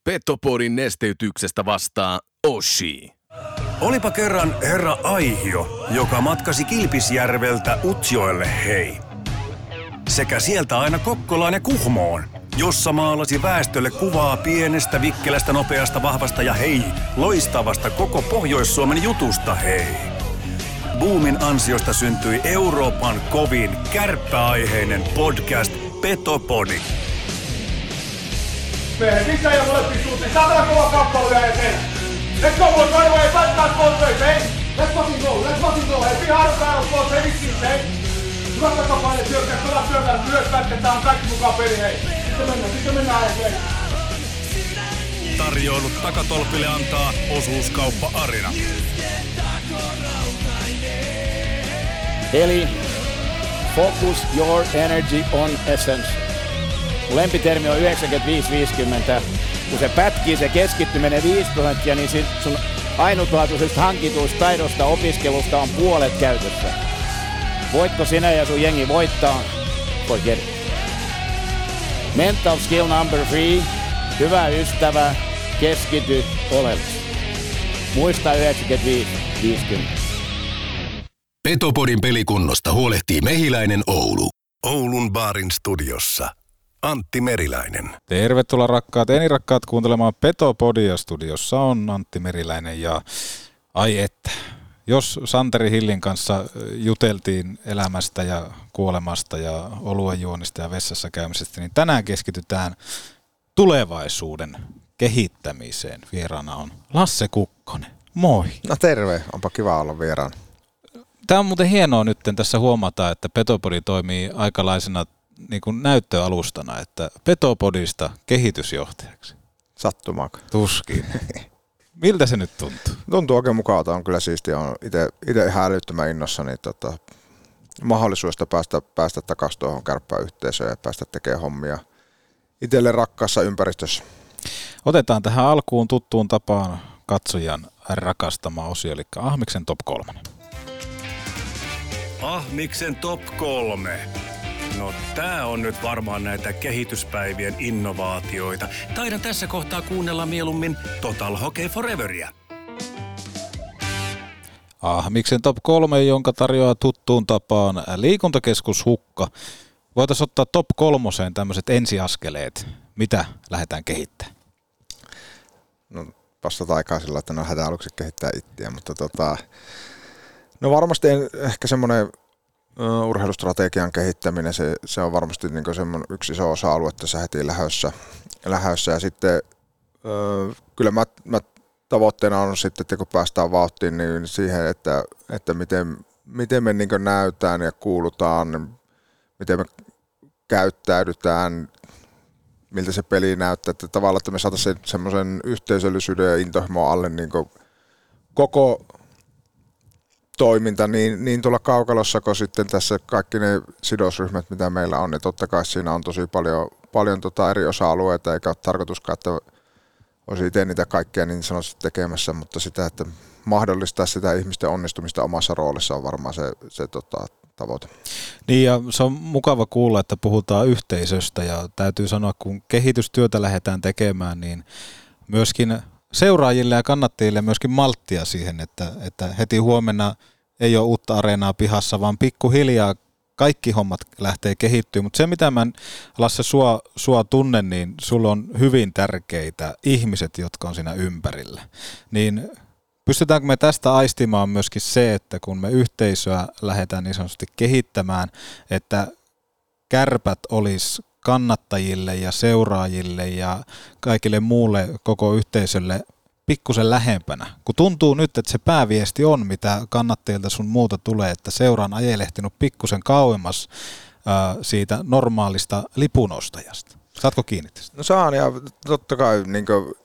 Petopodin nesteytyksestä vastaa Oshi. Olipa kerran herra Aihio, joka matkasi Kilpisjärveltä Utsjoelle hei. Sekä sieltä aina Kokkolaan ja Kuhmoon, jossa maalasi väestölle kuvaa pienestä, vikkelästä, nopeasta, vahvasta ja hei, loistavasta koko Pohjois-Suomen jutusta hei. Boomin ansiosta syntyi Euroopan kovin kärppäaiheinen podcast Petopodi. Mehän sisään ja molempiin suuntiin. Saatana kova kappale vielä eteen. Let's go boys, right away. Fight back both ways, hey. Let's fucking go. Hey, be hard battle boys, hey, vittiin, hey. Hyvät takapaine, syökkää, myös pätketään, on kaikki mukaan peli, hei. Sitten mennään eteen. Tarjoilut takatolpille antaa osuuskauppa Arina. Eli focus your energy on essence. Mun lempitermi on 95-50. Kun se pätkii, se keskittyminen 5%, niin sun ainutlaatuisesta hankituista taidosta opiskelusta on puolet käytössä. Voitko sinä ja sun jengi voittaa? Forget it. Mental skill number 3. Hyvä ystävä, keskity oleellisesti. Muista 95-50. Petopodin pelikunnosta huolehtii Mehiläinen Oulu. Oulun baarin studiossa Antti Meriläinen. Tervetuloa rakkaat enirakkaat kuuntelemaan Petopodia. Studiossa on Antti Meriläinen ja ai että. Jos Santeri Hillin kanssa juteltiin elämästä ja kuolemasta ja oluenjuonnista ja vessassa käymisestä, niin tänään keskitytään tulevaisuuden kehittämiseen. Vieraana on Lasse Kukkonen. Moi. No terve, onpa kiva olla vieraana. Tämä on muuten hienoa nyt tässä huomata, että Petopodi toimii aikalaisena niin kuin näyttöalustana, että Petopodista kehitysjohtajaksi. Sattumaako? Tuskin. Miltä se nyt tuntuu? Tuntuu oikein mukavalta, on kyllä siistiä. On itse ihan älyttömän innossani mahdollisuudesta päästä takaisin tuohon kärppäyhteisöön ja päästä tekemään hommia itselle rakkaassa ympäristössä. Otetaan tähän alkuun tuttuun tapaan katsojan rakastama osio, eli Ahmiksen top 3. Ahmiksen top 3. No tää on nyt varmaan näitä kehityspäivien innovaatioita. Taidan tässä kohtaa kuunnella mieluummin Total Hockey Foreveria. Ahmiksen top 3, jonka tarjoaa tuttuun tapaan liikuntakeskus Hukka. Voitaisiin ottaa top 3 tämmöiset ensiaskeleet. Mitä lähdetään kehittämään? No passataan aikaa sillä, että hätä aluksi kehittää itseä, mutta no varmasti ehkä semmoinen urheilustrategian kehittäminen, se on varmasti niin semmoinen yksi iso osa-alue tässä heti lähössä. Ja sitten kyllä mä tavoitteena on sitten, että kun päästään vauhtiin, niin siihen, että miten me niin näytään ja kuulutaan, miten me käyttäydytään, miltä se peli näyttää, että tavallaan, että me saataisiin semmoisen yhteisöllisyyden ja intohimoa alle niin koko toiminta niin tuolla kaukalossa kuin sitten tässä kaikki ne sidosryhmät, mitä meillä on, niin totta kai siinä on tosi paljon eri osa-alueita, eikä ole tarkoituskaan, että olisi itse niitä kaikkea niin sanotusti tekemässä, mutta sitä, että mahdollistaa sitä ihmisten onnistumista omassa roolissa on varmaan se tavoite. Niin ja se on mukava kuulla, että puhutaan yhteisöstä ja täytyy sanoa, kun kehitystyötä lähdetään tekemään, niin myöskin seuraajille ja kannattajille myöskin malttia siihen, että heti huomenna ei ole uutta areenaa pihassa, vaan pikkuhiljaa kaikki hommat lähtee kehittyä. Mutta se, mitä mä Lasse sua tunnen, niin sulla on hyvin tärkeitä ihmiset, jotka on siinä ympärillä. Niin pystytäänkö me tästä aistimaan myöskin se, että kun me yhteisöä lähdetään niin sanotusti kehittämään, että kärpät olisi kannattajille ja seuraajille ja kaikille muulle koko yhteisölle pikkusen lähempänä. Kun tuntuu nyt, että se pääviesti on, mitä kannattajilta sun muuta tulee, että seura on ajelehtinut pikkusen kauemmas siitä normaalista lipunostajasta. Saatko kiinni tästä? No saan, ja totta kai niin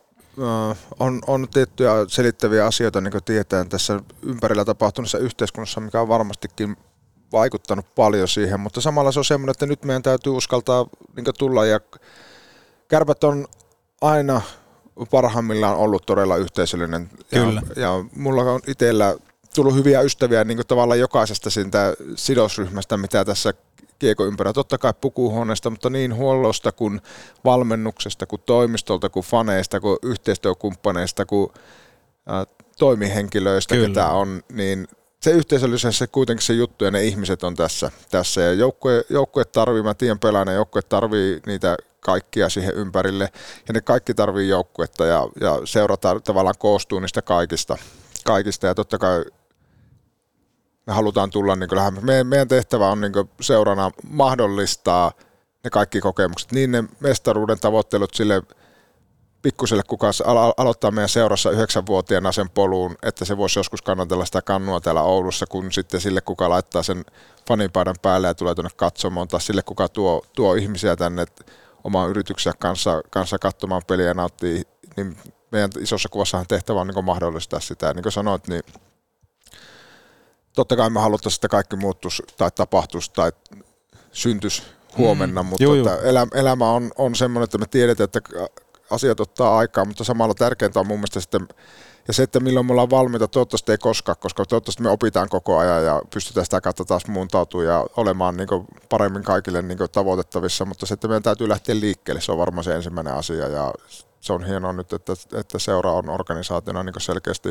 on tiettyjä selittäviä asioita, niin kuin tietään tässä ympärillä tapahtuneessa yhteiskunnassa, mikä on varmastikin vaikuttanut paljon siihen, mutta samalla se on semmoinen, että nyt meidän täytyy uskaltaa niin tulla, ja Kärpät on aina parhaimmillaan ollut todella yhteisöllinen. Kyllä. Ja mulla on itsellä tullut hyviä ystäviä niin tavallaan jokaisesta siitä sidosryhmästä, mitä tässä kiekon ympärillä. Totta kai pukuhuoneesta, mutta niin huollosta kuin valmennuksesta, kuin toimistolta, kuin faneista, kuin yhteistyökumppaneista, kuin toimihenkilöistä, Kyllä. ketä on, niin se yhteisöllisyys se kuitenkin se juttu ja ne ihmiset on tässä. Ja joukkue tarvii, mä tiedän pelaajana, joukkue tarvii niitä kaikkia siihen ympärille ja ne kaikki tarvii joukkuetta ja seurataan tavallaan koostuu niistä kaikista ja totta kai me halutaan tulla niin lähemmäs. Meidän tehtävä on niin seurana mahdollistaa ne kaikki kokemukset, niin ne mestaruuden tavoittelut sille pikkuselle, kuka aloittaa meidän seurassa 9-vuotiaana sen poluun, että se voisi joskus kannatella sitä kannua täällä Oulussa, kun sitten sille, kuka laittaa sen fanipaidan päälle ja tulee tuonne katsomaan, tai sille, kuka tuo ihmisiä tänne oman yrityksensä kanssa katsomaan peliä ja nauttii, niin meidän isossa kuvassahan tehtävä on niin mahdollistaa sitä. Ja niin kuin sanoit, niin totta kai me haluttaisiin, että kaikki muuttuisi tai tapahtuisi tai syntyisi huomenna, mutta elämä on semmoinen, että me tiedetään, että asiat ottaa aikaa, mutta samalla tärkeintä on mun mielestä sitten, ja se, että milloin me ollaan valmiita, toivottavasti ei koskaan, koska toivottavasti me opitaan koko ajan ja pystytään sitä kautta taas muuntautumaan ja olemaan niin paremmin kaikille niin tavoitettavissa, mutta se, että meidän täytyy lähteä liikkeelle, se on varmaan se ensimmäinen asia ja se on hienoa nyt, että seura on organisaationa niin selkeästi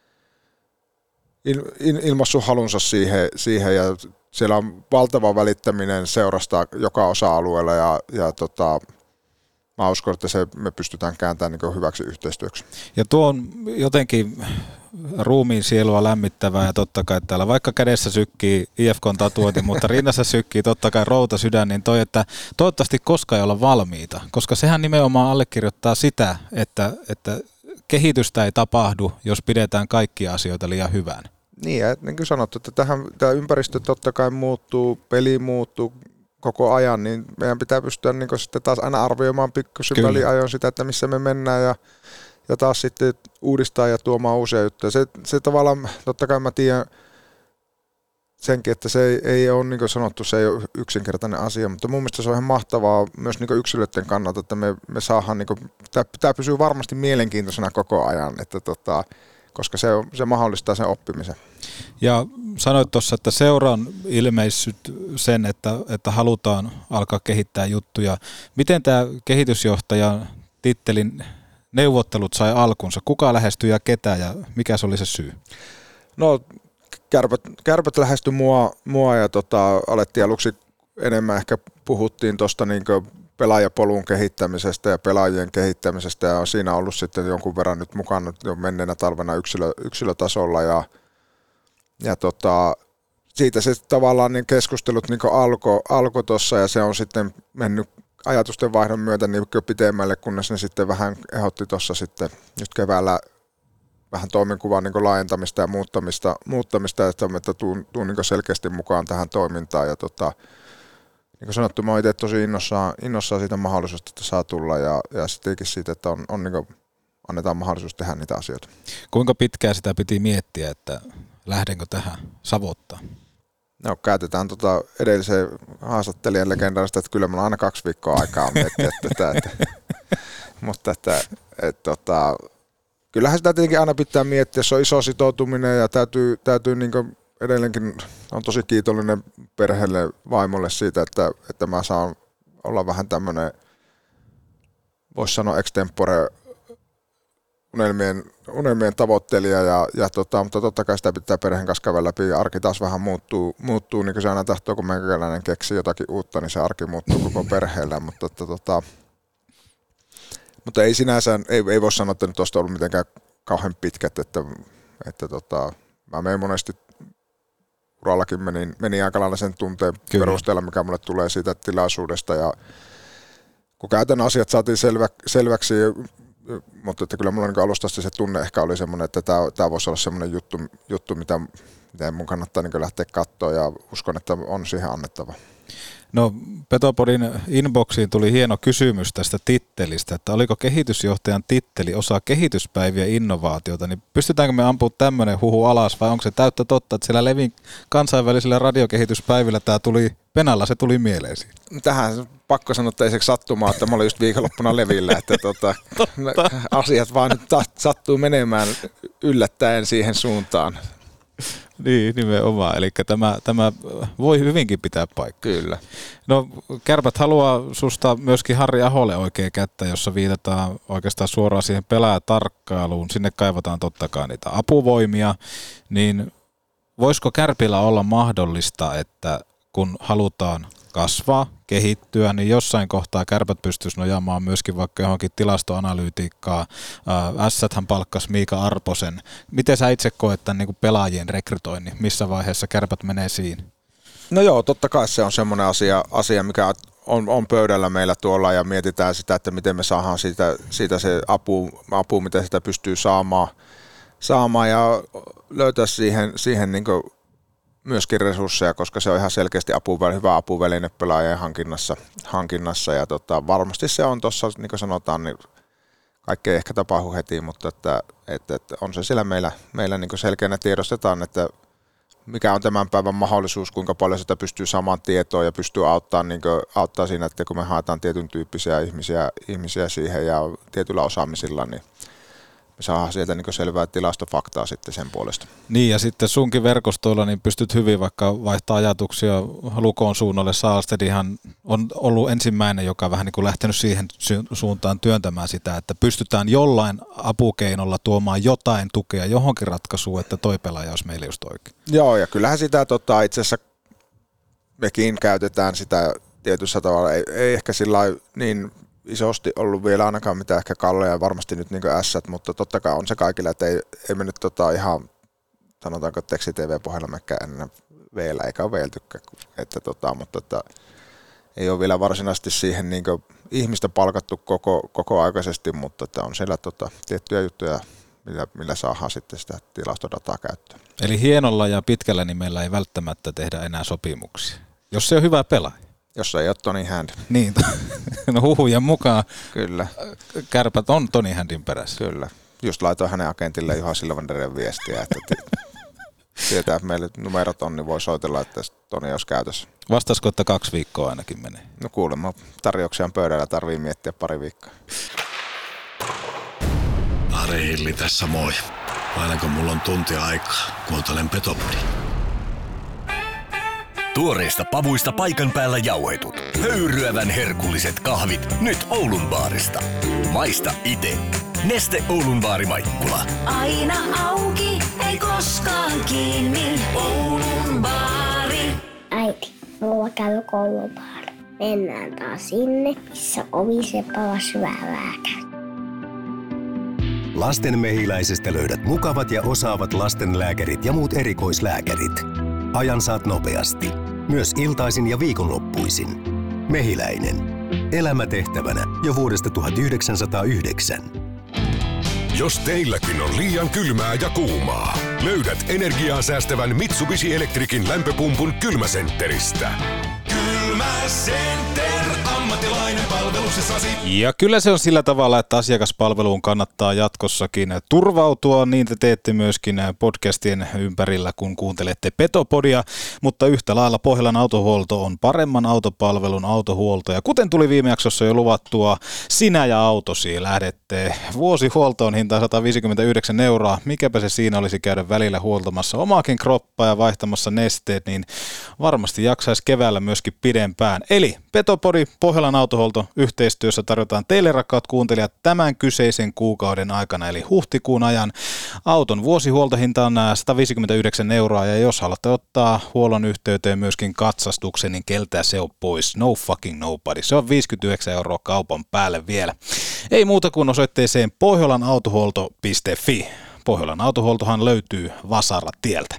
ilmaissut halunsa siihen ja siellä on valtava välittäminen seurasta joka osa-alueella ja mä uskon, että me pystytään kääntämään niin hyväksi yhteistyöksi. Ja tuo on jotenkin ruumiin sielua lämmittävää ja totta kai täällä vaikka kädessä sykkii IFK:n tatuointi, mutta rinnassa sykkii totta kai routa sydän, niin että toivottavasti koskaan ei olla valmiita, koska sehän nimenomaan allekirjoittaa sitä, että kehitystä ei tapahdu, jos pidetään kaikkia asioita liian hyvän. Niin ja niin kuin sanottu, että tämä ympäristö totta kai muuttuu, peli muuttuu, koko ajan, niin meidän pitää pystyä niin sitten taas aina arvioimaan pikkusen väliajoin sitä, että missä me mennään ja taas sitten uudistaa ja tuomaan uusia juttuja. Se tavallaan, totta kai mä tiedän senkin, että se ei ole niin kuin sanottu, se ei ole yksinkertainen asia, mutta mun mielestä se on ihan mahtavaa myös niin kuin yksilöiden kannalta, että me saadaan, niin kuin, tämä pysyy varmasti mielenkiintoisena koko ajan, että koska se mahdollistaa sen oppimisen. Ja sanoit tuossa, että seura on ilmeissyt sen, että halutaan alkaa kehittää juttuja. Miten tämä kehitysjohtajan tittelin neuvottelut sai alkunsa? Kuka lähestyi ja ketä ja mikä se oli se syy? No kärpät lähestyi mua ja alettiin aluksi enemmän ehkä puhuttiin tuosta niinku pelaajapolun kehittämisestä ja pelaajien kehittämisestä ja on siinä ollut sitten jonkun verran nyt mukana jo menneenä talvena yksilötasolla ja siitä se tavallaan niin keskustelut niin alkoi tuossa ja se on sitten mennyt ajatusten vaihdon myötä niin pitemmälle, kunnes ne sitten vähän ehdotti tuossa sitten nyt keväällä vähän toimenkuvan niin laajentamista ja muuttamista että tuun niin selkeästi mukaan tähän toimintaan ja niin kuin sanottu, mä oon itse tosi innossaan siitä mahdollisuudesta, että saa tulla ja sittenkin siitä, että on niin kuin, annetaan mahdollisuus tehdä niitä asioita. Kuinka pitkään sitä piti miettiä, että lähdenkö tähän savottaa? No käytetään edellisen haastattelijan legendaarista, että kyllä mulla aina 2 viikkoa aikaa miettiä tätä. Mutta kyllähän sitä tietenkin aina pitää miettiä, se on iso sitoutuminen ja täytyy niin kuin edelleenkin on tosi kiitollinen perheelle, vaimolle siitä, että mä saan olla vähän tämmöinen, voisi sanoa extempore unelmien tavoittelija, mutta totta kai sitä pitää perheen kanssa käydä läpi ja arki taas vähän muuttuu niin kuin se aina tahtoo, kun meikäläinen keksii jotakin uutta, niin se arki muuttuu koko perheellä, mutta ei sinänsä, ei voi sanoa, että nyt tuosta ollut mitenkään kauhean pitkät, että mä menen monesti urallakin meni aika lailla sen tunteen perusteella, mikä mulle tulee siitä tilaisuudesta ja kun käytännön asiat saatiin selväksi, mutta että kyllä mulla niin alusta se tunne ehkä oli semmoinen, että tämä voisi olla semmoinen juttu mitä mun kannattaa niin lähteä katsoa ja uskon, että on siihen annettava. No Petopodin inboxiin tuli hieno kysymys tästä tittelistä, että oliko kehitysjohtajan titteli osa kehityspäiviä innovaatiota, niin pystytäänkö me ampumaan tämmöinen huhu alas vai onko se täyttä totta, että siellä Levin kansainvälisillä radiokehityspäivillä tämä tuli penalla, se tuli mieleesi? Tähän pakko sanoa, että ei se sattumaa, että mä olin just viikonloppuna Levillä, että asiat vaan nyt sattuu menemään yllättäen siihen suuntaan. Niin, nimenomaan. Eli tämä voi hyvinkin pitää paikkaa. Kyllä. No, Kärpät haluaa susta myöskin Harri Aholle oikea kättä, jossa viitataan oikeastaan suoraan siihen pelaajatarkkailuun. Sinne kaivataan totta kai niitä apuvoimia. Niin voisiko Kärpillä olla mahdollista, että kun halutaan kasvaa, kehittyä, niin jossain kohtaa Kärpät pystyisi nojaamaan myöskin vaikka johonkin tilastoanalyytiikkaa. Ässäthän palkkasi Miika Arposen. Miten sä itse koet tämän niin kuin pelaajien rekrytoinnin? Missä vaiheessa Kärpät menee siinä? No joo, totta kai se on semmoinen asia mikä on pöydällä meillä tuolla ja mietitään sitä, että miten me saadaan siitä se apu, miten sitä pystyy saamaan ja löytää siihen niin kuin myöskin resursseja, koska se on ihan selkeästi hyvä apuväline pelaajien hankinnassa ja varmasti se on tuossa, niin kuin sanotaan, niin kaikki ei ehkä tapahdu heti, mutta että on se siellä meillä niin kuin selkeänä tiedostetaan, että mikä on tämän päivän mahdollisuus, kuinka paljon sitä pystyy saamaan tietoa ja pystyy auttaa siinä, että kun me haetaan tietyn tyyppisiä ihmisiä siihen ja tietyillä osaamisilla, niin me saadaan sieltä niin selvää tilastofaktaa sitten sen puolesta. Niin ja sitten sunkin verkostoilla niin pystyt hyvin vaikka vaihtaa ajatuksia Lukon suunnalle. Saalstedihan on ollut ensimmäinen, joka vähän niin kuin lähtenyt siihen suuntaan työntämään sitä, että pystytään jollain apukeinolla tuomaan jotain tukea johonkin ratkaisuun, että toi pelaaja olisi meille just oikein. Joo ja kyllähän sitä itse asiassa mekin käytetään sitä tietyssä tavalla, ei ehkä sillä niin isosti ollut vielä ainakaan mitään ehkä Kalle ja varmasti nyt niin ässät, mutta totta kai on se kaikille, että ei me nyt ihan sanotaanko teksti-TV-pohjalla mekään ennen vielä, eikä ole veiltykään, mutta että ei ole vielä varsinaisesti siihen niin ihmistä palkattu koko aikaisesti, mutta että on siellä tiettyjä juttuja, millä saadaan sitten sitä tilastodataa käyttöön. Eli hienolla ja pitkällä nimellä ei välttämättä tehdä enää sopimuksia, jos se on hyvä pelaaja. Jos ei ole Tony Hand. Niin, no huhujen mukaan kyllä. Kärpät on Tony Handin perässä. Kyllä. Just laitoin hänen agentille Juha Silvanderin viestiä, että tietää, että meille numerot on, niin voi soitella, että Toni olisi käytössä. Vastaisiko, että 2 viikkoa ainakin menee? No kuulemma tarjouksia on pöydällä, tarvii miettiä pari viikkoa. Ari Hilli tässä moi. Aina kun mulla on tunti aikaa, kuuntelen Petopodi. Tuoreista pavuista paikan päällä jauhetut. Höyryävän herkulliset kahvit nyt Oulun baarista. Maista ite. Neste Oulun baari Maikkula. Aina auki, ei koskaan kiinni. Oulun baari. Äiti, mulla käy koulubaari. Mennään taas sinne, missä oviseppä syvää lääkäri. Lasten Mehiläisestä löydät mukavat ja osaavat lastenlääkärit ja muut erikoislääkärit. Ajan saat nopeasti. Myös iltaisin ja viikonloppuisin. Mehiläinen. Elämä tehtävänä jo vuodesta 1909. Jos teilläkin on liian kylmää ja kuumaa, löydät energiaa säästävän Mitsubishi Electricin lämpöpumpun Kylmäsentteristä. Kylmäcenter, ammattilainen palveluksessasi. Ja kyllä se on sillä tavalla, että asiakaspalveluun kannattaa jatkossakin turvautua. Niin te teette myöskin podcastien ympärillä, kun kuuntelette Petopodia. Mutta yhtä lailla Pohjolan autohuolto on paremman autopalvelun autohuolto. Ja kuten tuli viime jaksossa jo luvattua, sinä ja autosi lähdette vuosihuoltoon hintaan 159 €. Mikäpä se siinä olisi käydä välillä huoltamassa omaakin kroppaa ja vaihtamassa nesteet, niin varmasti jaksaisi keväällä myöskin pidempään. Eli Petopodi, Pohjolan autohuolto yhteistyössä tarjotaan teille rakkaat kuuntelijat tämän kyseisen kuukauden aikana, eli huhtikuun ajan. Auton vuosihuoltohinta on 159 € ja jos haluatte ottaa huollon yhteyteen myöskin katsastuksen, niin keltää se on pois. No fucking nobody. Se on 59 € kaupan päälle vielä. Ei muuta kuin osoitteeseen pohjolanautohuolto.fi. Pohjolan autohuoltohan löytyy Vasarla tieltä.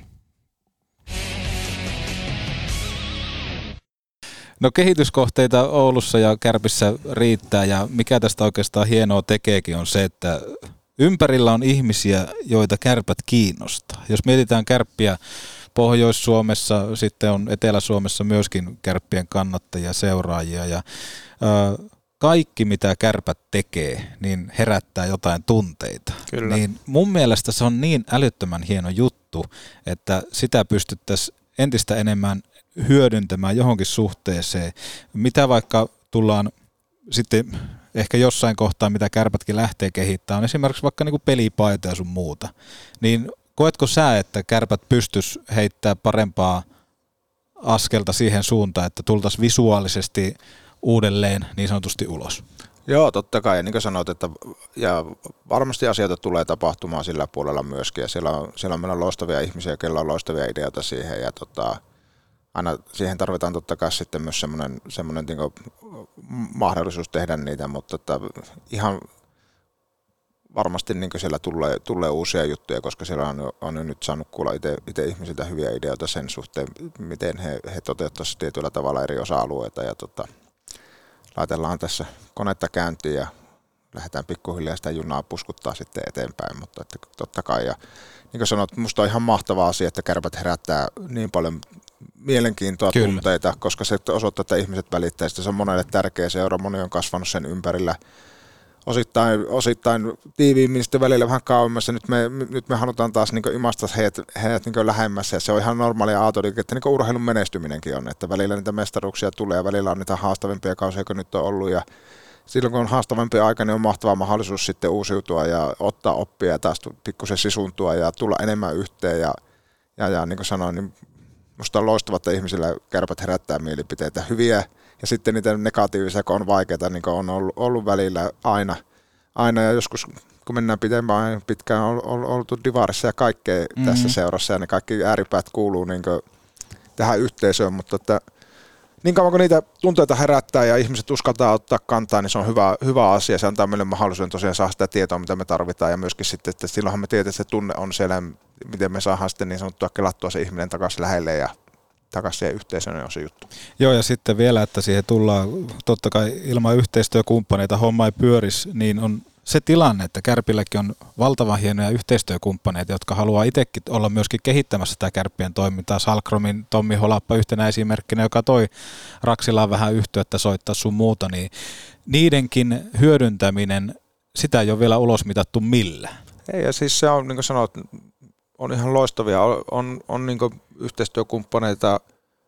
No kehityskohteita Oulussa ja Kärpissä riittää ja mikä tästä oikeastaan hienoa tekeekin on se, että ympärillä on ihmisiä, joita Kärpät kiinnostaa. Jos mietitään Kärppiä Pohjois-Suomessa, sitten on Etelä-Suomessa myöskin Kärppien kannattajia, seuraajia ja kaikki mitä Kärpät tekee, niin herättää jotain tunteita. Kyllä. Niin mun mielestä se on niin älyttömän hieno juttu, että sitä pystyttäisiin entistä enemmän hyödyntämään johonkin suhteeseen. Mitä vaikka tullaan sitten ehkä jossain kohtaa, mitä Kärpätkin lähtee kehittämään, on esimerkiksi vaikka niinku pelipaita ja sun muuta. Niin Koetko sä, että Kärpät pystys heittämään parempaa askelta siihen suuntaan, että tultaisiin visuaalisesti uudelleen niin sanotusti ulos? Joo, totta kai. Ja niin kuin sanoit, että ja varmasti asioita tulee tapahtumaan sillä puolella myöskin. Ja siellä on meillä loistavia ihmisiä, joilla on loistavia ideoita siihen. Ja aina siihen tarvitaan totta kai sitten myös semmoinen niin kuin mahdollisuus tehdä niitä, mutta ihan varmasti niin kuin siellä tulee uusia juttuja, koska siellä on nyt saanut kuulla itse ihmisiltä hyviä ideoita sen suhteen, miten he toteuttaisivat tietyllä tavalla eri osa-alueita. Ja laitellaan tässä konetta käyntiin ja lähdetään pikkuhiljaa sitä junaa puskuttaa sitten eteenpäin, mutta että totta kai. Ja niin kuin sanot, musta on ihan mahtava asia, että Kärpät herättää niin paljon mielenkiintoa, kyllä, tunteita, koska se osoittaa, että ihmiset välittää sitä. Se on monelle tärkeä seura, moni on kasvanut sen ympärillä. Osittain tiiviimmin, sitten välillä vähän kauemmassa. Nyt me halutaan taas niin imasta heidät niin lähemmässä, ja se on ihan normaalia aatorikin, että niin urheilun menestyminenkin on, että välillä niitä mestaruuksia tulee ja välillä on niitä haastavimpia kausia, kun nyt on ollut, ja silloin kun on haastavampi aika, niin on mahtava mahdollisuus sitten uusiutua ja ottaa oppia ja taas pikkusen sisuntua ja tulla enemmän yhteen, ja niin kuin sanoin, niin musta on loistavaa, että ihmisillä Kärpät herättää mielipiteitä hyviä, ja sitten niitä negatiivisia, kun on vaikeita, niin kuin on ollut välillä aina, ja joskus kun mennään pitkään on oltu divarissa ja kaikkea tässä seurassa, ja ne kaikki ääripäät kuuluu niin kuin tähän yhteisöön, mutta että niin kauan kun niitä tunteita herättää ja ihmiset uskaltaa ottaa kantaa, niin se on hyvä asia. Se antaa meille mahdollisuuden tosiaan saada sitä tietoa, mitä me tarvitaan, ja myöskin sitten, että silloinhan me tiedetään, että se tunne on siellä, miten me saadaan sitten niin sanottua kelattua se ihminen takaisin lähelle ja takaisin siihen yhteisöön on se juttu. Joo, ja sitten vielä, että siihen tullaan totta kai ilman yhteistyökumppaneita homma ei pyörisi, niin on se tilanne, että Kärpilläkin on valtavan hienoja yhteistyökumppaneita, jotka haluaa itsekin olla myöskin kehittämässä sitä Kärppien toimintaa. Salkromin Tommi Holappa yhtenä esimerkkinä, joka toi Raksilaan vähän yhteyttä soittaa sun muuta, niin niidenkin hyödyntäminen, sitä ei ole vielä ulosmitattu millään. Ei, ja siis se on, niin kuin sanoit, on ihan loistavia. On niin kuin yhteistyökumppaneita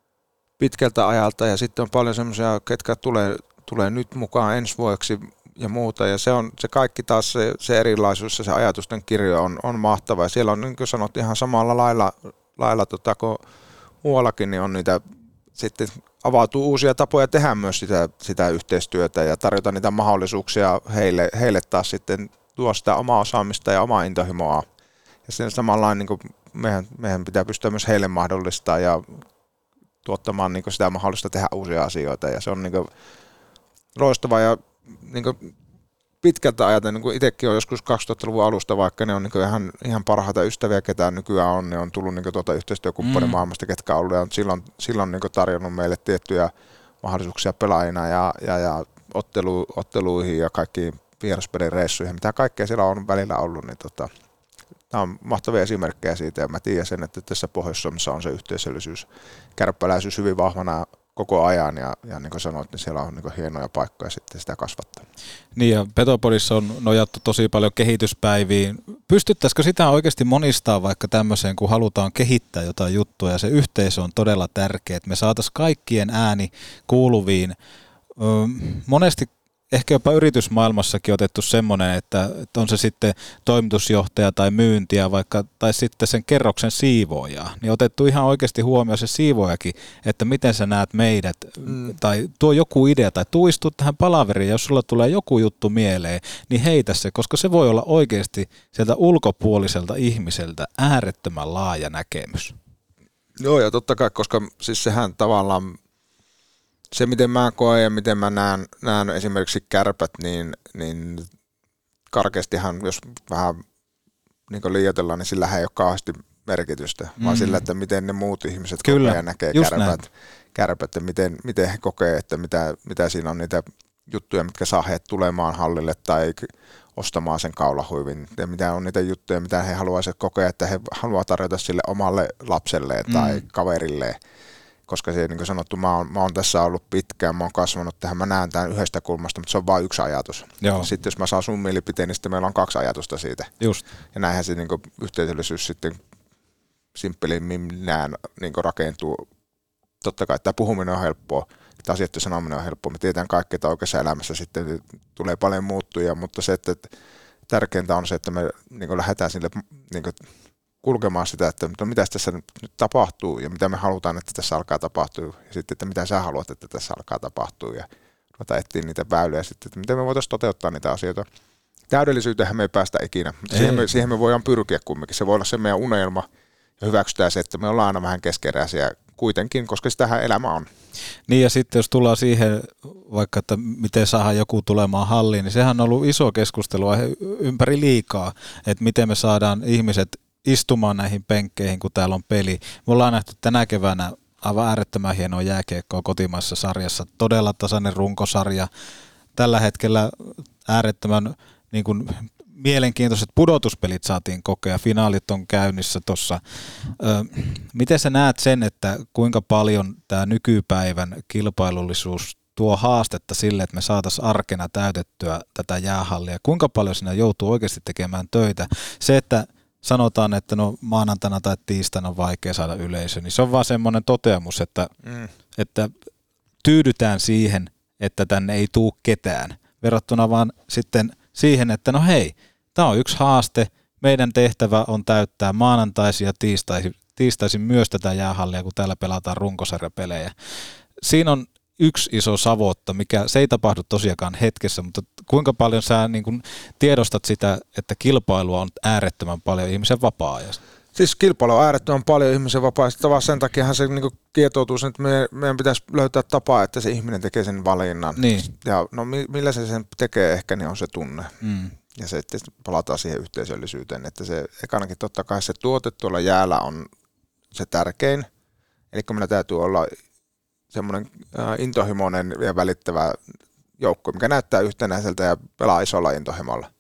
pitkältä ajalta, ja sitten on paljon semmoisia, ketkä tulee nyt mukaan ensi vuodeksi ja muuta, ja se kaikki taas se erilaisuus ja se ajatusten kirjo on mahtava, ja siellä on, niin kuin sanot, ihan samalla lailla kuin muuallakin, niin on niitä, sitten avautuu uusia tapoja tehdä myös sitä yhteistyötä ja tarjota niitä mahdollisuuksia heille taas sitten tuo sitä omaa osaamista ja omaa intohimoa, ja sen samalla niin kuin meidän pitää pystyä myös heille mahdollistaa ja tuottamaan niin kuin sitä mahdollista tehdä uusia asioita, ja se on niin kuin loistavaa, ja niin kuin pitkältä ajatellen, niin kuin itsekin on joskus 2000-luvun alusta, vaikka ne on niin kuin ihan parhaita ystäviä, ketä nykyään on, ne on tullut niin kuin tuolta yhteistyökumppanimaailmasta, ketkä on ollut, ja on silloin niin kuin tarjonnut meille tiettyjä mahdollisuuksia pelaajina ja otteluihin ja kaikkiin vieraspelireissuihin, mitä kaikkea siellä on välillä ollut, niin tämä on mahtavia esimerkkejä siitä, ja mä tiedän sen, että tässä Pohjois-Suomessa on se yhteisöllisyys, kärppäläisyys hyvin vahvana koko ajan, ja niin kuin sanoit, niin siellä on niin kuin hienoja paikkoja sitten sitä kasvattaa. Niin, ja Petopodissa on nojattu tosi paljon kehityspäiviin. Pystyttäisikö sitä oikeasti monistaa vaikka tämmöiseen, kun halutaan kehittää jotain juttua, ja se yhteisö on todella tärkeä, että me saataisiin kaikkien ääni kuuluviin. Monesti ehkä jopa yritysmaailmassakin otettu semmoinen, että on se sitten toimitusjohtaja tai myyntiä vaikka, tai sitten sen kerroksen siivoojaa, niin otettu ihan oikeasti huomioon se siivoojakin, että miten sä näet meidät, tai tuo joku idea, tai tuistu tähän palaveriin, jos sulla tulee joku juttu mieleen, niin heitä se, koska se voi olla oikeasti sieltä ulkopuoliselta ihmiseltä äärettömän laaja näkemys. Joo, ja totta kai, koska siis sehän tavallaan, se, miten mä koen ja miten mä näen esimerkiksi Kärpät, niin karkeastihan, jos vähän niin liioitellaan, niin sillä ei ole kauheasti merkitystä, vaan sillä, että miten ne muut ihmiset kokee ja näkee Kärpät ja miten he kokee, että mitä siinä on niitä juttuja, mitkä saa heidät tulemaan hallille tai ostamaan sen kaulahuivin, ja mitä on niitä juttuja, mitä he haluaisivat kokea, että he haluaa tarjota sille omalle lapselleen tai kaverilleen. Koska se, niin kuin sanottu, mä oon tässä ollut pitkään, mä oon kasvanut tähän, mä näen tämän yhdestä kulmasta, mutta se on vain yksi ajatus. Joo. Sitten jos mä saan sun mielipiteen, niin sitten meillä on kaksi ajatusta siitä. Just. Ja näinhän se niin kuin yhteisöllisyys sitten simppelimmin niin kuin rakentuu. Totta kai tämä puhuminen on helppoa, tämä asioiden sanominen on helppoa. Me tiedetään kaikki, että oikeassa elämässä sitten tulee paljon muuttuja, mutta se, että tärkeintä on se, että me niin kuin lähdetään sille niin kuin kulkemaan sitä, että mitä tässä nyt tapahtuu ja mitä me halutaan, että tässä alkaa tapahtua ja sitten, että mitä sä haluat, että tässä alkaa tapahtua ja ruveta etsiä niitä väyliä sitten, että miten me voitaisiin toteuttaa niitä asioita. Täydellisyyteen me ei päästä ikinä, mutta siihen me voidaan pyrkiä kumminkin. Se voi olla se meidän unelma ja hyväksytään se, että me ollaan aina vähän keskeräisiä kuitenkin, koska sitähän elämä on. Niin ja sitten jos tullaan siihen vaikka, että miten saadaan joku tulemaan halliin, niin sehän on ollut iso keskustelua ympäri liikaa, että miten me saadaan ihmiset istumaan näihin penkkeihin, kun täällä on peli. Me ollaan nähty tänä keväänä aivan äärettömän hienoa jääkiekkoa kotimaisessa sarjassa, todella tasainen runkosarja. Tällä hetkellä äärettömän niin kuin mielenkiintoiset pudotuspelit saatiin kokea, finaalit on käynnissä tuossa. Miten sä näet sen, että kuinka paljon tämä nykypäivän kilpailullisuus tuo haastetta sille, että me saataisiin arkena täytettyä tätä jäähallia? Kuinka paljon siinä joutuu oikeasti tekemään töitä? Se, että sanotaan, että no maanantaina tai tiistaina on vaikea saada yleisö, niin se on vaan semmoinen toteamus, että tyydytään siihen, että tänne ei tule ketään, verrattuna vaan sitten siihen, että no hei, tämä on yksi haaste, meidän tehtävä on täyttää maanantaisin ja tiistaisin myös tätä jäähallia, kun täällä pelataan runkosarjapelejä. Siinä on yksi iso savotta, se ei tapahdu tosiaankaan hetkessä, mutta kuinka paljon sä niin kun tiedostat sitä, että kilpailua on äärettömän paljon ihmisen vapaa-ajasta? Siis kilpailu on äärettömän paljon ihmisen vapaa-ajasta, vaan sen takiahan se niin kietoutuu sen, että meidän pitäisi löytää tapaa, että se ihminen tekee sen valinnan. Niin. Ja no millä se sen tekee ehkä, niin on se tunne. Ja se, että palataan siihen yhteisöllisyyteen, että se ekanakin totta kai se tuote tuolla jäällä on se tärkein. Eli meillä täytyy olla semmoinen intohimoinen ja välittävä joukko, mikä näyttää yhtenäiseltä ja pelaa isolla intohimolla.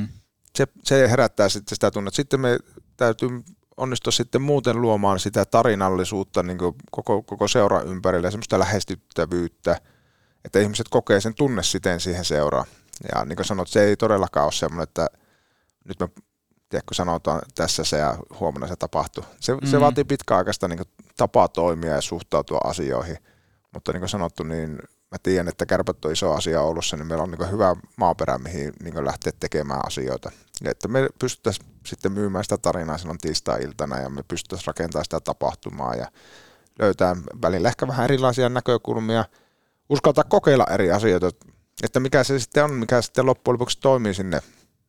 Se herättää sitten sitä tunnetta. Sitten me täytyy onnistua sitten muuten luomaan sitä tarinallisuutta niin kuin koko seuran ympärille ja semmoista lähestyttävyyttä, että ihmiset kokee sen tunnesiteen siihen seuraan. Ja niin kuin sanot, se ei todellakaan ole semmoinen, että nyt me tiedätkö, sanotaan tässä se ja huomenna se tapahtuu. Se vaatii pitkäaikaista niin kuin tapaa toimia ja suhtautua asioihin, mutta niin kuin sanottu, niin mä tiedän, että Kärpät on iso asia Oulussa, niin meillä on niin hyvä maaperä, mihin niin lähteä tekemään asioita. Ja että me pystyttäisiin sitten myymään sitä tarinaa silloin tiistai-iltana ja me pystyttäisiin rakentamaan sitä tapahtumaa ja löytää välillä ehkä vähän erilaisia näkökulmia, uskaltaa kokeilla eri asioita, että mikä se sitten on, mikä sitten loppujen lopuksi toimii sinne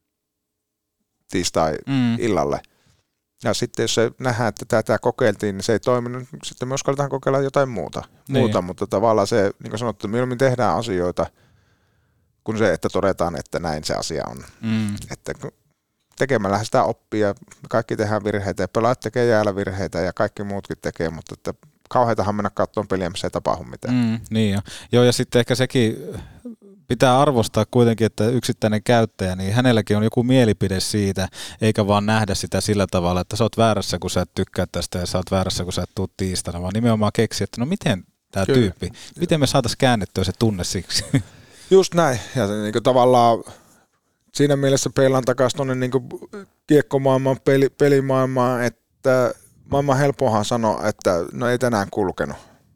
tiistai-illalle. Ja sitten jos se nähdään, että tätä kokeiltiin, niin se ei toiminut, sitten me uskalletaan kokeilla jotain muuta. Mutta tavallaan se, niin kuin sanottu, mieluummin tehdään asioita kuin se, että todetaan, että näin se asia on. Että tekemällä sitä oppia, kaikki tehdään virheitä ja pelaajat tekee jäällä virheitä ja kaikki muutkin tekee, mutta että kauheitahan mennä katsomaan peliä, missä ei tapahdu mitään. Niin joo, ja sitten ehkä sekin pitää arvostaa kuitenkin, että yksittäinen käyttäjä, niin hänelläkin on joku mielipide siitä, eikä vaan nähdä sitä sillä tavalla, että sä oot väärässä, kun sä et tykkää tästä ja sä oot väärässä, kun sä et tuu tiistaina, vaan nimenomaan keksiä, että no miten tämä tyyppi, miten me saataisiin käännettyä se tunne siksi. Just näin, ja se niin tavallaan siinä mielessä peilaan takaisin tuonne niin kiekkomaailman, pelimaailmaan, että maailman helpohan sanoa, että no ei tänään kulkenut.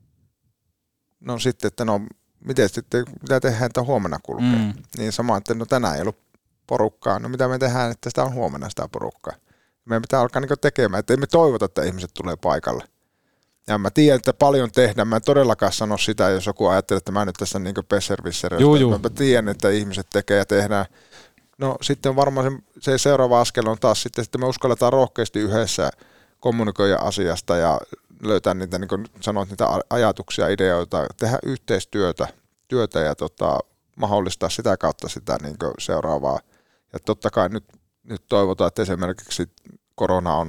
No sitten, että no miten sitten, mitä tehdään, että huomenna kulkee? Niin sama, että no tänään ei ollut porukkaa. No mitä me tehdään, että sitä on huomenna sitä porukkaa? Meidän pitää alkaa niin tekemään, että ei me toivota, että ihmiset tulee paikalle. Ja mä tiedän, että paljon tehdään. Mä en todellakaan sano sitä, jos joku ajattelee, että mä nyt tässä niin pesservisseristä. Mä tiedän, että ihmiset tekee ja tehdään. No sitten varmaan se seuraava askel on taas sitten, että me uskalletaan rohkeasti yhdessä kommunikoida asiasta ja löytää niitä, niin kuin sanoit, niitä ajatuksia, ideoita, tehdä yhteistyötä ja mahdollistaa sitä kautta sitä niin kuin seuraavaa. Ja totta kai nyt toivotaan, että esimerkiksi korona on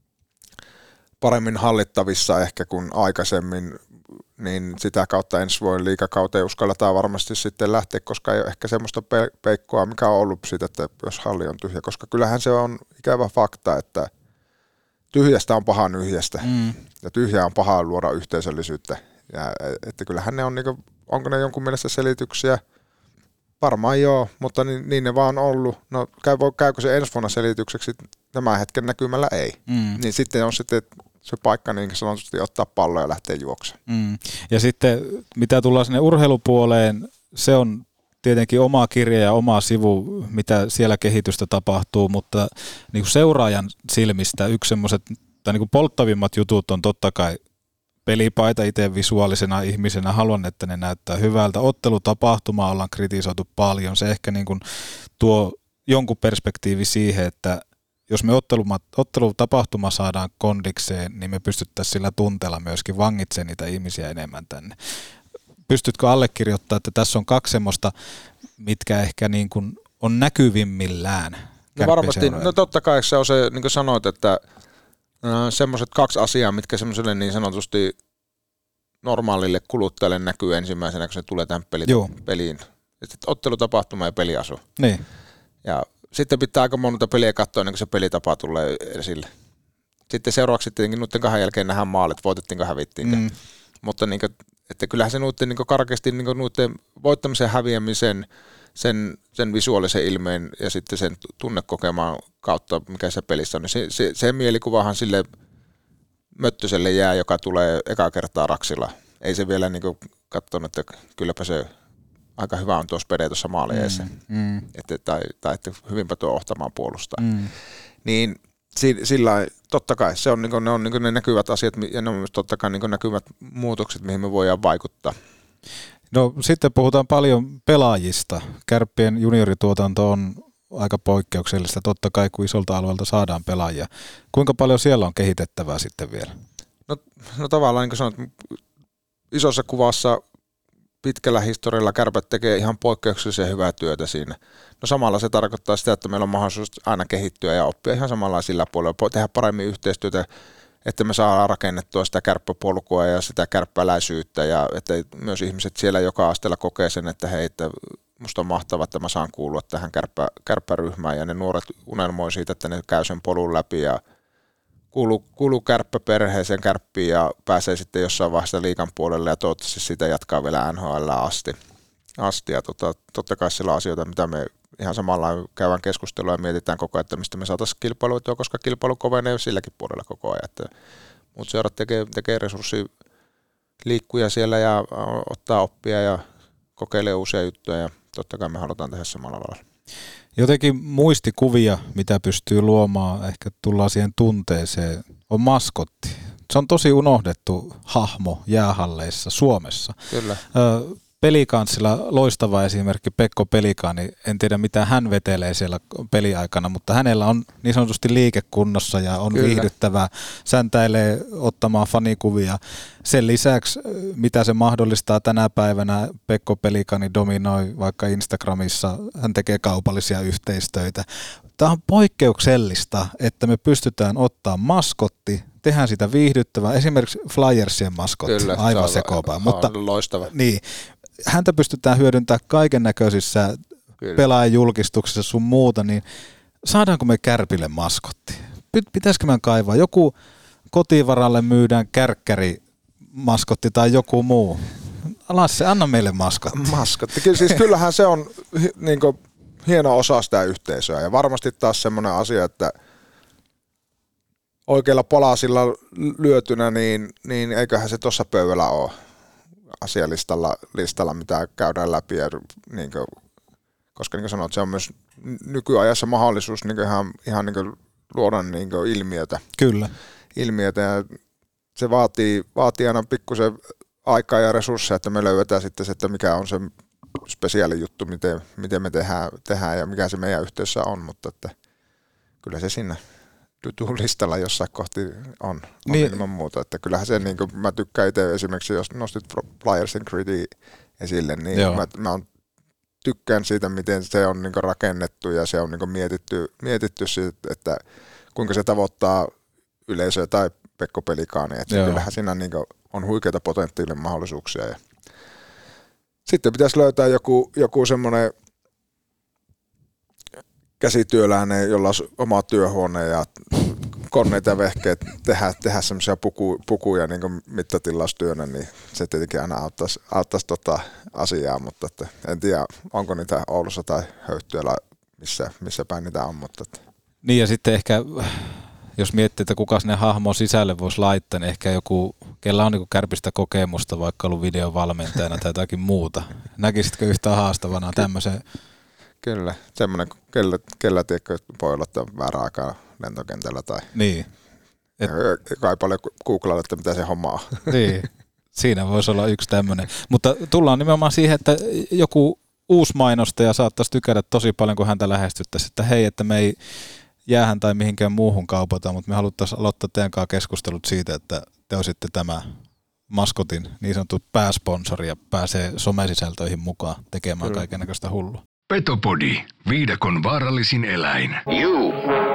paremmin hallittavissa ehkä kuin aikaisemmin, niin sitä kautta ensi vuoden liigakauteen uskalletaan varmasti sitten lähteä, koska ei ole ehkä semmoista peikkoa, mikä on ollut siitä, että jos halli on tyhjä, koska kyllähän se on ikävä fakta, että tyhjästä on paha nyhjästä ja tyhjää on paha luoda yhteisöllisyyttä. Ja, että kyllähän ne on, niinku, onko ne jonkun mielestä selityksiä? Varmaan joo, mutta niin ne vaan on ollut. No käykö se ensi vuonna selitykseksi? Tämän hetken näkymällä ei. Niin sitten on sitten se paikka niin sanotusti ottaa pallo ja lähteä juoksemaan. Ja sitten mitä tullaan sinne urheilupuoleen, se on tietenkin oma kirja ja oma sivu, mitä siellä kehitystä tapahtuu, mutta niin kuin seuraajan silmistä yksi semmoiset, tai niin kuin polttavimmat jutut on totta kai pelipaita itse visuaalisena ihmisenä. Haluan, että ne näyttää hyvältä. Ottelutapahtumaa ollaan kritisoitu paljon. Se ehkä niin kuin tuo jonkun perspektiivi siihen, että jos me ottelutapahtuma saadaan kondikseen, niin me pystyttäisiin sillä tunteella myöskin vangitsemaan niitä ihmisiä enemmän tänne. Pystytkö allekirjoittamaan, että tässä on kaksi semmoista, mitkä ehkä niin kuin on näkyvimmillään? No varmasti, no totta kai se on se, niin kuin sanoit, että semmoiset kaksi asiaa, mitkä semmoiselle niin sanotusti normaalille kuluttajalle näkyy ensimmäisenä, kun se tulee tähän peliin. Ottelutapahtuma ja peliasu. Niin. Ja sitten pitää aika monta peliä katsoa, ennen kuin se pelitapa tulee esille. Sitten seuraavaksi tietenkin noiden kahden jälkeen nähdään maalit, voitettiinko, hävittiinkö. Mutta niin kuin, että kyllähän se noiden niin karkeasti niin noiden voittamisen ja häviämisen, sen visuaalisen ilmeen ja sitten sen tunnekokemaan kautta, mikä se pelissä on, niin se mielikuvahan sille Möttöselle jää, joka tulee eka kertaa Raksilla. Ei se vielä niin katsonut, että kylläpä se aika hyvä on tuossa pede tuossa maaliedessä. Tai että hyvinpä tuo ohtamaan puolustaa. Niin sillä totta kai se on, ne on ne näkyvät asiat ja ne on myös totta kai näkyvät muutokset, mihin me voidaan vaikuttaa. No sitten puhutaan paljon pelaajista. Kärppien juniorituotanto on aika poikkeuksellista, totta kai kun isolta alueelta saadaan pelaajia. Kuinka paljon siellä on kehitettävää sitten vielä? No tavallaan niin kuin sanot, isossa kuvassa pitkällä historialla Kärpät tekee ihan poikkeuksellisen hyvää työtä siinä. No samalla se tarkoittaa sitä, että meillä on mahdollisuus aina kehittyä ja oppia ihan samalla sillä puolella, tehdä paremmin yhteistyötä, että me saadaan rakennettua sitä kärppäpolkua ja sitä kärppäläisyyttä ja että myös ihmiset siellä joka asteella kokee sen, että hei, että musta on mahtavaa, että mä saan kuulua tähän kärppäryhmään ja ne nuoret unelmoi siitä, että ne käy sen polun läpi ja kuuluu kärppäperheeseen kärppiin ja pääsee sitten jossain vaiheessa liigan puolelle ja toivottavasti sitä jatkaa vielä NHL asti. Ja totta kai siellä on asioita, mitä me ihan samalla käydään keskustelua ja mietitään koko ajan, että mistä me saataisiin kilpailuetua, koska kilpailu kovenee silläkin puolella koko ajan. Muut seurat tekee resurssiliikkuja siellä ja ottaa oppia ja kokeilee uusia juttuja ja totta kai me halutaan tehdä samalla lailla. Jotenkin muistikuvia, mitä pystyy luomaan, ehkä tullaan siihen tunteeseen, on maskotti. Se on tosi unohdettu hahmo jäähalleissa Suomessa. Kyllä. Pelikanssilla loistava esimerkki Pekko Pelikaani, en tiedä mitä hän vetelee siellä peliaikana, mutta hänellä on niin sanotusti liikekunnossa ja on viihdyttävää, säntäilee ottamaan fanikuvia. Sen lisäksi, mitä se mahdollistaa tänä päivänä, Pekko Pelikaani dominoi vaikka Instagramissa, hän tekee kaupallisia yhteistöitä. Tämä on poikkeuksellista, että me pystytään ottaa maskotti, tehdään sitä viihdyttävää, esimerkiksi Flyersien maskotti, kyllä, aivan sekopaa. Mutta loistava. Niin, häntä pystytään hyödyntämään kaiken näköisissä pelaajajulkistuksissa sun muuta, niin saadaanko me Kärpille maskotti? Pitäisikö me kaivaa? Joku kotivaralle myydään kärkkäri maskotti tai joku muu. Lasse, anna meille maskotti. Maskotti. Siis kyllähän se on niin kuin hieno osa sitä yhteisöä ja varmasti taas semmoinen asia, että oikeilla palasilla lyötynä, niin eiköhän se tuossa pöydällä ole asialistalla, mitä käydään läpi. Ja, niin kuin, koska niin kuin sanoit, se on myös nykyajassa mahdollisuus niin ihan niin kuin luoda niin kuin ilmiötä. Kyllä. Ilmiötä ja se vaatii aina pikkusen aikaa ja resursseja, että me löydetään sitten se, että mikä on se spesiaali juttu, miten me tehdään ja mikä se meidän yhteisössä on, mutta että kyllä se siinä listalla jossain kohti on niin, ilman muuta. Että kyllähän se, niin kuin mä tykkään itse esimerkiksi, jos nostit Flyersin Gritty esille, niin mä tykkään siitä, miten se on niin kuin rakennettu ja se on niin kuin mietitty siitä, että kuinka se tavoittaa yleisöä tai Pekko Pelikaani. Että kyllähän siinä niin kuin on huikeita potentiaalisia mahdollisuuksia. Ja sitten pitäisi löytää joku semmoinen käsityöläinen, jolla on oma työhuone ja koneet ja vehkeet tehdä semmoisia pukuja niin kuin mittatilaustyönä, niin se tietenkin aina auttaisi asiaa, mutta että en tiedä, onko niitä Oulussa tai Höyhtiöllä, missä päin niitä on. Mutta että. Niin ja sitten ehkä, jos miettii, että kuka sinne hahmon sisälle voisi laittaa, niin ehkä joku kellä on niin Kärpistä kokemusta, vaikka ollut videovalmentajana tai jotakin muuta. Näkisitkö yhtään haastavana tämmöisen? Kyllä, semmoinen, kellä tiedätkö voi ottaa väärä aikaa lentokentällä tai niin. Kai paljon googlailla, että mitä se homma on. Niin, siinä voisi olla yksi tämmöinen. Mutta tullaan nimenomaan siihen, että joku uusi mainostaja saattaisi tykätä tosi paljon, kun häntä lähestyttäisiin, että hei, että me ei jäähän tai mihinkään muuhun kaupata, mutta me haluttaisiin aloittaa teidän kanssa keskustelut siitä, että te olisitte tämä maskotin niin sanottu pääsponsori ja pääsee somesisältöihin mukaan tekemään kaikennäköistä hullua. Petopodi, viidakon vaarallisin eläin. You.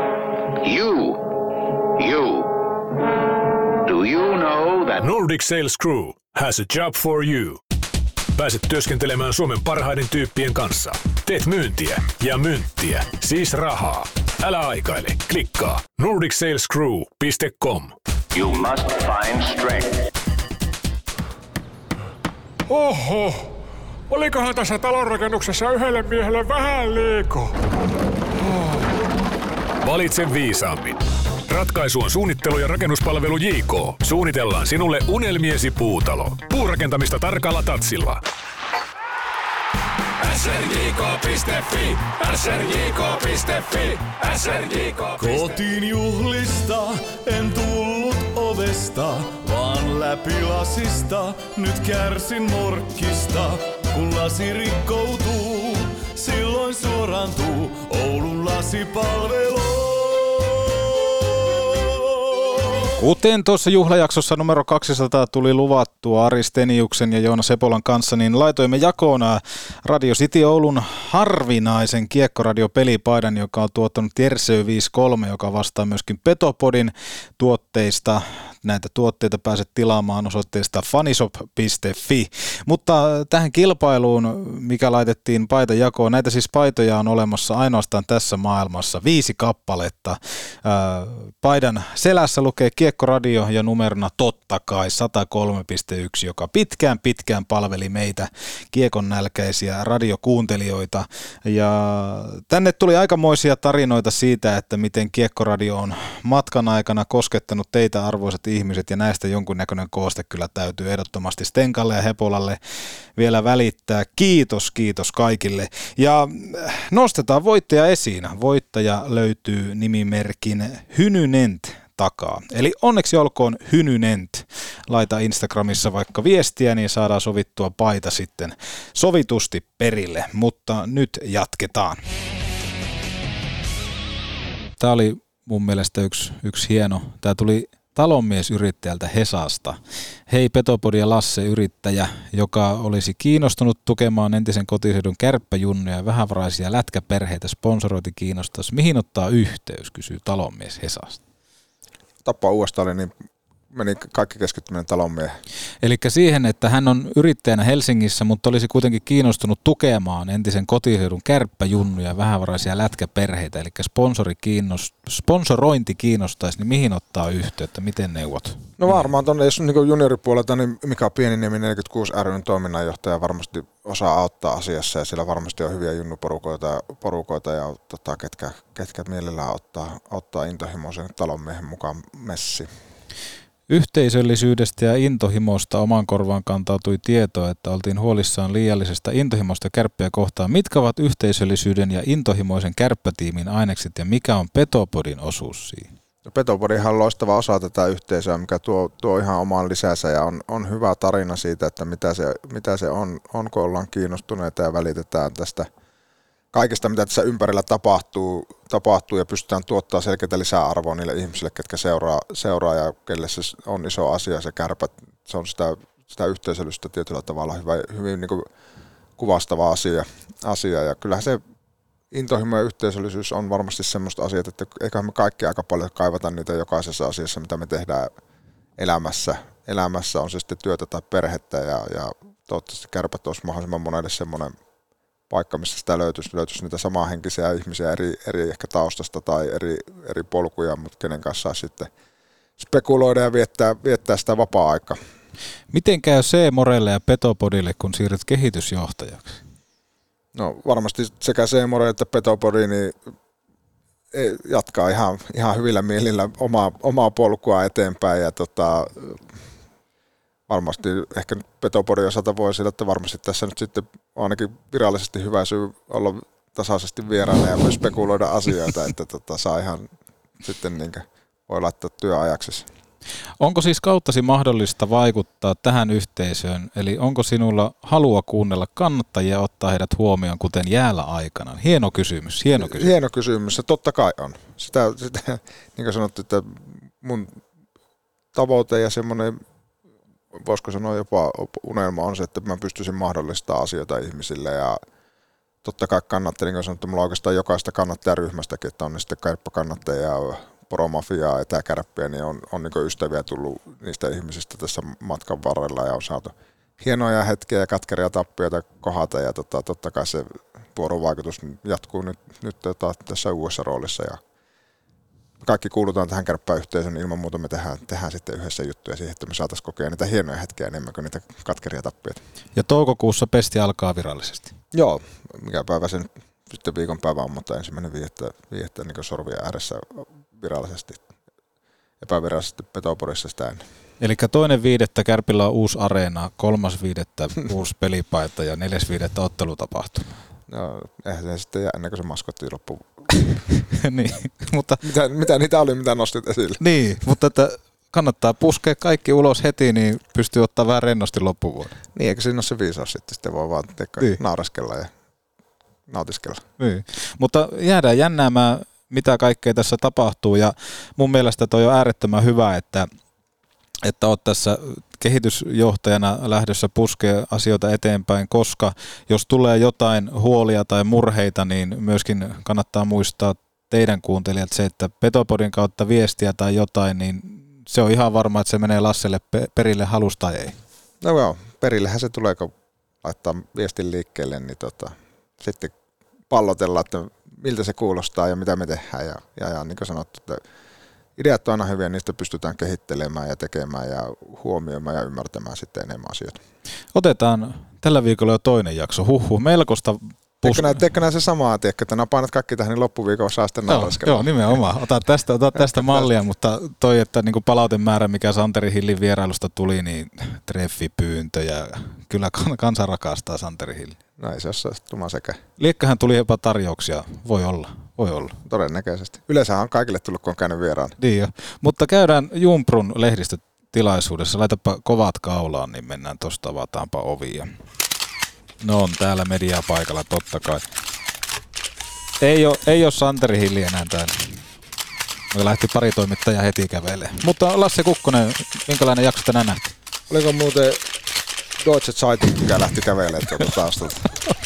Do you know that Nordic Sales Crew has a job for you. Pääset työskentelemään Suomen parhaiden tyyppien kanssa. Teet myyntiä ja mynttiä, siis rahaa. Älä aikaile, klikkaa nordicsalescrew.com. you must find strength? Oho, olikohan tässä talonrakennuksessa yhdelle miehelle vähän liikaa? Valitse viisaammin. Ratkaisu on suunnittelu- ja rakennuspalvelu JK. Suunnitellaan sinulle unelmiesi puutalo. Puurakentamista tarkalla tatsilla. srjk.fi, srjk.fi, srjk. Kotiin juhlista en tullut ovesta, vaan läpi lasista. Nyt kärsin morkkista, kun lasi rikkoutuu. Silloin suorantuu Oulun lasipalvelu. Kuten tuossa juhlajaksossa numero 200 tuli luvattua Ari Steniuksen ja Joona Sepolan kanssa, niin laitoimme jakoon Radio City Oulun harvinaisen kiekkoradiopelipaidan, joka on tuottanut Jersey 53, joka vastaa myöskin Petopodin tuotteista. Näitä tuotteita pääset tilaamaan osoitteesta funnyshop.fi. Mutta tähän kilpailuun, mikä laitettiin paitajakoon, näitä siis paitoja on olemassa ainoastaan tässä maailmassa 5 kappaletta. Paidan selässä lukee Kiekkoradio ja numerona totta kai 103.1, joka pitkään palveli meitä kiekon nälkäisiä radiokuuntelijoita. Ja tänne tuli aikamoisia tarinoita siitä, että miten Kiekkoradio on matkan aikana koskettanut teitä arvoisat ihmiset, ja näistä jonkunnäköinen kooste kyllä täytyy ehdottomasti Stenkalle ja Hepolalle vielä välittää. Kiitos kaikille. Ja nostetaan voittaja esiin. Voittaja löytyy nimimerkin Hynynent takaa. Eli onneksi olkoon Hynynent. Laita Instagramissa vaikka viestiä, niin saadaan sovittua paita sitten sovitusti perille. Mutta nyt jatketaan. Tämä oli mun mielestä yksi hieno. Tämä tuli talonmiesyrittäjältä Hesasta. Hei Petopodi ja Lasse yrittäjä, joka olisi kiinnostunut tukemaan entisen kotiseudun kärppäjunnuja ja vähävaraisia lätkäperheitä, sponsorointi kiinnostaisi. Mihin ottaa yhteys, kysyy talonmies Hesasta. Tappaa uudestaan, niin meni kaikki keskittyminen talonmiehen. Eli siihen, että hän on yrittäjänä Helsingissä, mutta olisi kuitenkin kiinnostunut tukemaan entisen kotiseudun kärppäjunnuja ja vähävaraisia lätkäperheitä. Eli sponsorointi kiinnostaisi, niin mihin ottaa yhteyttä, miten neuvot? No varmaan tuonne, jos niin junioripuolelta, niin Mika Pieniniemi 46 ry:n toiminnanjohtaja varmasti osaa auttaa asiassa, ja siellä varmasti on hyviä junnuporukoita ja ketkä mielellään ottaa intohimoisen talonmiehen mukaan messiin. Yhteisöllisyydestä ja intohimosta oman korvaan kantautui tieto, että oltiin huolissaan liiallisesta intohimosta Kärppiä kohtaan. Mitkä ovat yhteisöllisyyden ja intohimoisen kärppätiimin ainekset ja mikä on Petopodin osuus siinä? Petopodihan on loistava osa tätä yhteisöä, mikä tuo ihan oman lisänsä ja on hyvä tarina siitä, että mitä se on, kun ollaan kiinnostuneita ja välitetään tästä kaikesta, mitä tässä ympärillä tapahtuu ja pystytään tuottaa selkeitä lisäarvoa niille ihmisille, ketkä seuraa ja kelle se on iso asia, se Kärpät. Se on sitä yhteisöllistä tietyllä tavalla hyvin niin kuin kuvastava asia. Ja kyllähän se intohimo ja yhteisöllisyys on varmasti semmoista asiaa, että eiköhän me kaikki aika paljon kaivata niitä jokaisessa asiassa, mitä me tehdään elämässä on se sitten työtä tai perhettä ja toivottavasti Kärpät olisi mahdollisimman monelle semmoinen paikka, missä sitä löytyisi niitä samanhenkisiä ihmisiä eri ehkä taustasta tai eri polkuja, mutta kenen kanssa saa sitten spekuloida ja viettää sitä vapaa-aikaa. Miten käy C-Morelle ja Petopodille, kun siirryt kehitysjohtajaksi? No varmasti sekä C-More että Petopodi niin jatkaa ihan hyvillä mielillä omaa polkua eteenpäin ja varmasti ehkä Petopodin osalta voi sillä, että varmasti tässä nyt sitten on ainakin virallisesti hyvä syy olla tasaisesti vieraana ja myös spekuloida asioita, että saa ihan sitten niin voi laittaa työajaksessa. Onko siis kauttasi mahdollista vaikuttaa tähän yhteisöön, eli onko sinulla halua kuunnella kannattajia ja ottaa heidät huomioon, kuten jäällä aikana? Hieno kysymys. Hieno kysymys, ja totta kai on. Sitä niin kuin sanottu, että mun tavoite ja semmoinen, voisiko sanoa jopa unelma on se, että mä pystyisin mahdollistamaan asioita ihmisille, ja totta kai kannattaa, niin kuin sanottu, mulla on oikeastaan jokaista kannattajaryhmästäkin, että on ne sitten kaippakannattajia, poromafiaa, etäkärppiä, niin on niin ystäviä tullut niistä ihmisistä tässä matkan varrella ja on saatu hienoja hetkiä ja katkeria tappioita kohdata ja totta kai se vuorovaikutus jatkuu nyt tässä uudessa roolissa ja kaikki kuulutaan tähän kärppäyhteisöön, niin ilman muuta me tehdään sitten yhdessä juttuja siihen, että me saataisiin kokea niitä hienoja hetkiä enemmän kuin niitä katkeria tappioita. Ja toukokuussa pesti alkaa virallisesti? Joo, mikä päivä se nyt sitten viikonpäivä on, mutta 1.5. niin sorvia ääressä virallisesti, epävirallisesti Petopodissa sitä ennen. Eli 2.5. Kärpillä on uusi areena, 3.5. uusi pelipaita ja 4.5. ottelutapahtuma. No, eihän se sitten jää ennen kuin se maskotti loppuu. Niin, mutta mitä niitä oli, mitä nostit esille? Niin, mutta että kannattaa puskea kaikki ulos heti, niin pystyy ottaa vähän rennosti loppuvuoden. Niin, eikö siinä ole se viisaus sitten voi vaan nauraskella ja nautiskella. Niin. Mutta jäädään jännäämään, mitä kaikkea tässä tapahtuu, ja mun mielestä toi on äärettömän hyvä, että oot tässä kehitysjohtajana lähdössä puskee asioita eteenpäin, koska jos tulee jotain huolia tai murheita, niin myöskin kannattaa muistaa teidän kuuntelijat se, että Petopodin kautta viestiä tai jotain, niin se on ihan varma, että se menee Lasselle perille halusta tai ei. No joo, perillehän se tulee, kun laittaa viestin liikkeelle, niin sitten pallotellaan, että miltä se kuulostaa ja mitä me tehdään. Ja niin kuin sanottu, että ideat on aina hyviä, niistä pystytään kehittelemään ja tekemään ja huomioimaan ja ymmärtämään sitten enemmän asioita. Otetaan tällä viikolla jo toinen jakso. Melkoista. Teekö nää se samaa, että nää painat kaikki tähän, niin loppuviikolla saa sitten nauraskella. Joo, nimenomaan. Ota tästä mallia, mutta toi, että niinku palautemäärä, mikä Santeri Hillin vierailusta tuli, niin treffipyyntöjä. Kyllä kansa rakastaa Santeri Hill. No ei se ole sattumaa sekä. Liekköhän tuli jopa tarjouksia. Voi olla. Todennäköisesti. Yleensä on kaikille tullut, kun on käynyt vieraan. Niin jo. Mutta käydään Jumprun lehdistötilaisuudessa. Laitapa kovat kaulaan, niin mennään tosta, avataanpa ovia. No on täällä mediaa paikalla, totta kai. Ei ole Santeri Hilli enää täällä. Me lähti pari toimittajaa heti kävelemään. Mutta Lasse Kukkonen, minkälainen jakso tänään nähti? Oliko muuten Deutsche Zeitung, mikä lähti kävelemään tuolta taustalta?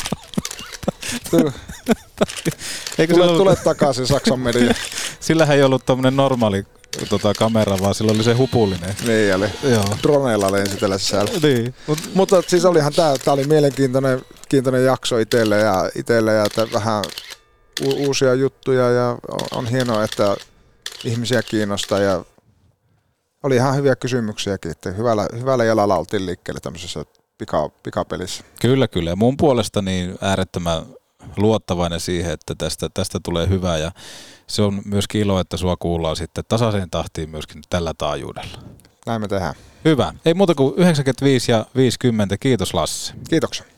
Tule takaisin Saksan media. Sillähän ei ollut tommonen normaali kamera, vaan sillä oli se hupullinen. Niin, eli droneilla lensi tällä sisällä. Niin. Mutta siis olihan tää oli mielenkiintoinen jakso itselle ja että vähän uusia juttuja ja on hienoa, että ihmisiä kiinnostaa ja oli ihan hyviä kysymyksiäkin, että hyvällä jalalla oltiin liikkeelle tämmöisessä pikapelissä. Kyllä. Mun puolesta niin äärettömän luottavainen siihen, että tästä tulee hyvä ja se on myöskin ilo, että sua kuullaan sitten tasaiseen tahtiin myöskin tällä taajuudella. Näin me tehdään. Hyvä. Ei muuta kuin 95 ja 50. Kiitos Lasse. Kiitoksia.